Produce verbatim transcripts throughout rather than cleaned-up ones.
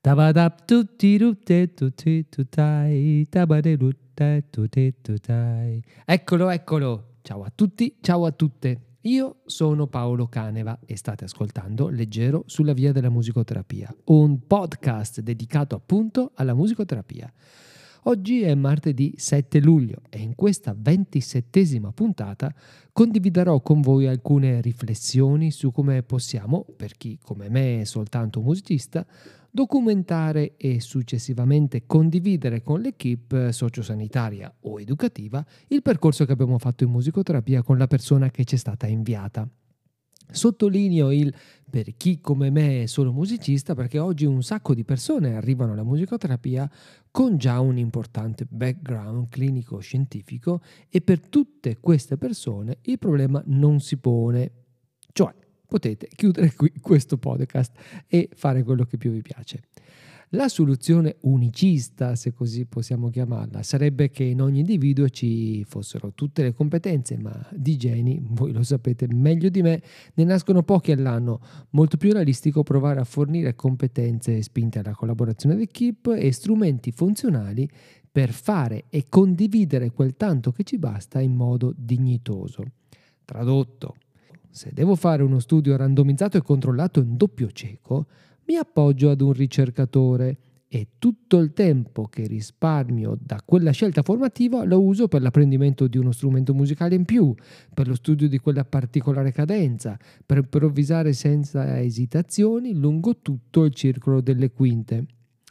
Tabadap tutti rutte tutti tutai, tabaderutte tutti tutai. Eccolo, eccolo. Ciao a tutti, ciao a tutte. Io sono Paolo Caneva e state ascoltando Leggero sulla via della musicoterapia, un podcast dedicato appunto alla musicoterapia. Oggi è martedì sette luglio e in questa ventisettesima puntata condividerò con voi alcune riflessioni su come possiamo, per chi come me è soltanto musicista, documentare e successivamente condividere con l'equipe sociosanitaria o educativa il percorso che abbiamo fatto in musicoterapia con la persona che ci è stata inviata. Sottolineo il per chi come me è solo musicista perché oggi un sacco di persone arrivano alla musicoterapia con già un importante background clinico-scientifico e per tutte queste persone il problema non si pone, cioè potete chiudere qui questo podcast e fare quello che più vi piace. La soluzione unicista, se così possiamo chiamarla, sarebbe che in ogni individuo ci fossero tutte le competenze, ma di geni, voi lo sapete meglio di me, ne nascono pochi all'anno. Molto più realistico provare a fornire competenze spinte alla collaborazione d'equipe e strumenti funzionali per fare e condividere quel tanto che ci basta in modo dignitoso. Tradotto, se devo fare uno studio randomizzato e controllato in doppio cieco, mi appoggio ad un ricercatore e tutto il tempo che risparmio da quella scelta formativa lo uso per l'apprendimento di uno strumento musicale in più, per lo studio di quella particolare cadenza, per improvvisare senza esitazioni lungo tutto il circolo delle quinte.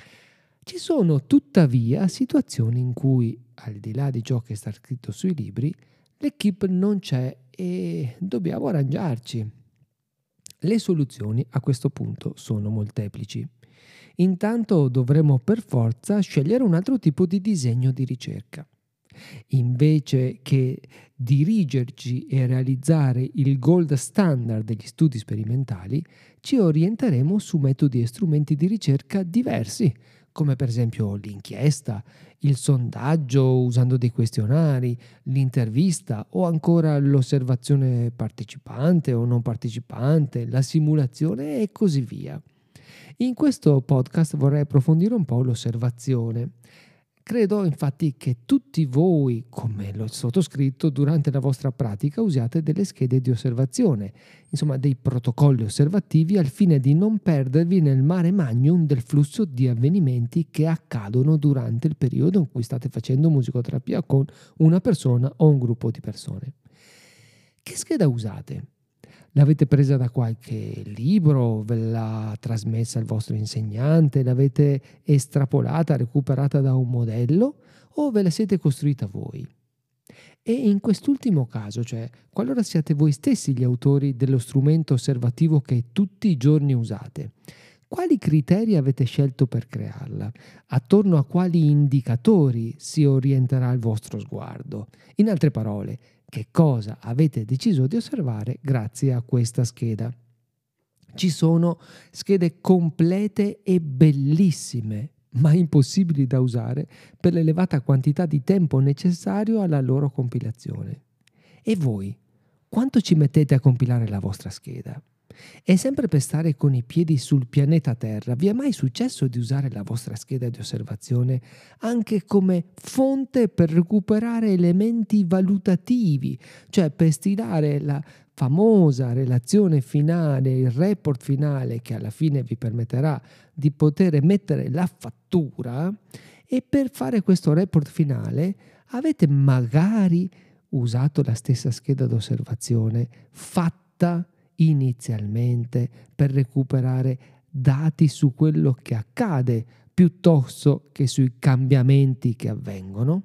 Ci sono tuttavia situazioni in cui, al di là di ciò che sta scritto sui libri, l'equipe non c'è e dobbiamo arrangiarci. Le soluzioni a questo punto sono molteplici. Intanto dovremo per forza scegliere un altro tipo di disegno di ricerca. Invece che dirigerci e realizzare il gold standard degli studi sperimentali, ci orienteremo su metodi e strumenti di ricerca diversi, come per esempio l'inchiesta, il sondaggio usando dei questionari, l'intervista o ancora l'osservazione partecipante o non partecipante, la simulazione e così via. In questo podcast vorrei approfondire un po' l'osservazione. Credo infatti che tutti voi, come l'ho sottoscritto, durante la vostra pratica usiate delle schede di osservazione, insomma dei protocolli osservativi al fine di non perdervi nel mare magnum del flusso di avvenimenti che accadono durante il periodo in cui state facendo musicoterapia con una persona o un gruppo di persone. Che scheda usate? L'avete presa da qualche libro, ve l'ha trasmessa il vostro insegnante, l'avete estrapolata, recuperata da un modello o ve la siete costruita voi? E in quest'ultimo caso, cioè qualora siate voi stessi gli autori dello strumento osservativo che tutti i giorni usate, quali criteri avete scelto per crearla? Attorno a quali indicatori si orienterà il vostro sguardo? In altre parole, che cosa avete deciso di osservare grazie a questa scheda? Ci sono schede complete e bellissime, ma impossibili da usare per l'elevata quantità di tempo necessario alla loro compilazione. E voi, quanto ci mettete a compilare la vostra scheda? E sempre per stare con i piedi sul pianeta Terra, vi è mai successo di usare la vostra scheda di osservazione anche come fonte per recuperare elementi valutativi, cioè per stilare la famosa relazione finale, il report finale che alla fine vi permetterà di poter mettere la fattura? E per fare questo report finale avete magari usato la stessa scheda di osservazione fatta inizialmente per recuperare dati su quello che accade piuttosto che sui cambiamenti che avvengono?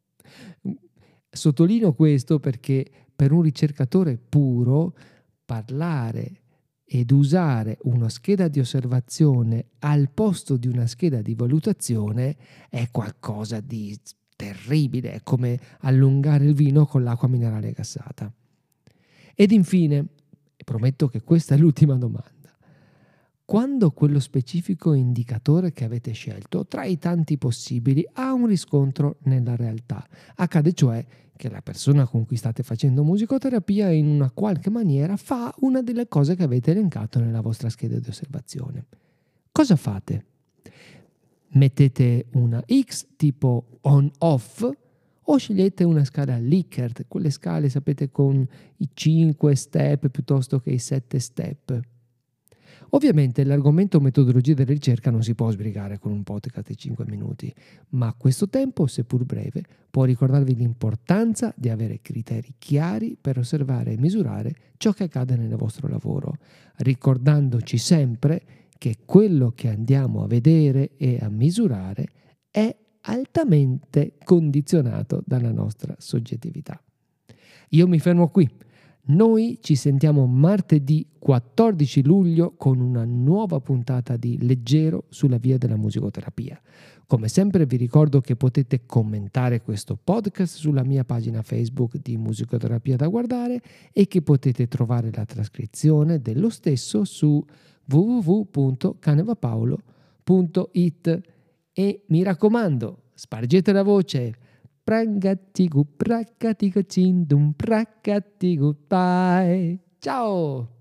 Sottolineo questo perché per un ricercatore puro parlare ed usare una scheda di osservazione al posto di una scheda di valutazione è qualcosa di terribile, è come allungare il vino con l'acqua minerale gassata. Ed infine, prometto che questa è l'ultima domanda. Quando quello specifico indicatore che avete scelto, tra i tanti possibili, ha un riscontro nella realtà, accade cioè che la persona con cui state facendo musicoterapia in una qualche maniera fa una delle cose che avete elencato nella vostra scheda di osservazione. Cosa fate? mettete una X tipo on-off o scegliete una scala Likert, quelle scale sapete con i cinque step piuttosto che i sette step. Ovviamente l'argomento metodologia della ricerca non si può sbrigare con un podcast di cinque minuti, ma questo tempo, seppur breve, può ricordarvi l'importanza di avere criteri chiari per osservare e misurare ciò che accade nel vostro lavoro, ricordandoci sempre che quello che andiamo a vedere e a misurare è altamente condizionato dalla nostra soggettività. Io mi fermo qui. Noi ci sentiamo martedì quattordici luglio con una nuova puntata di Leggero sulla via della musicoterapia. Come sempre vi ricordo che potete commentare questo podcast sulla mia pagina Facebook di Musicoterapia da guardare e che potete trovare la trascrizione dello stesso su w w w punto canevapaolo punto it. E mi raccomando, spargete la voce. Prangatigu prakatigu cindum prakatigu bye. Ciao!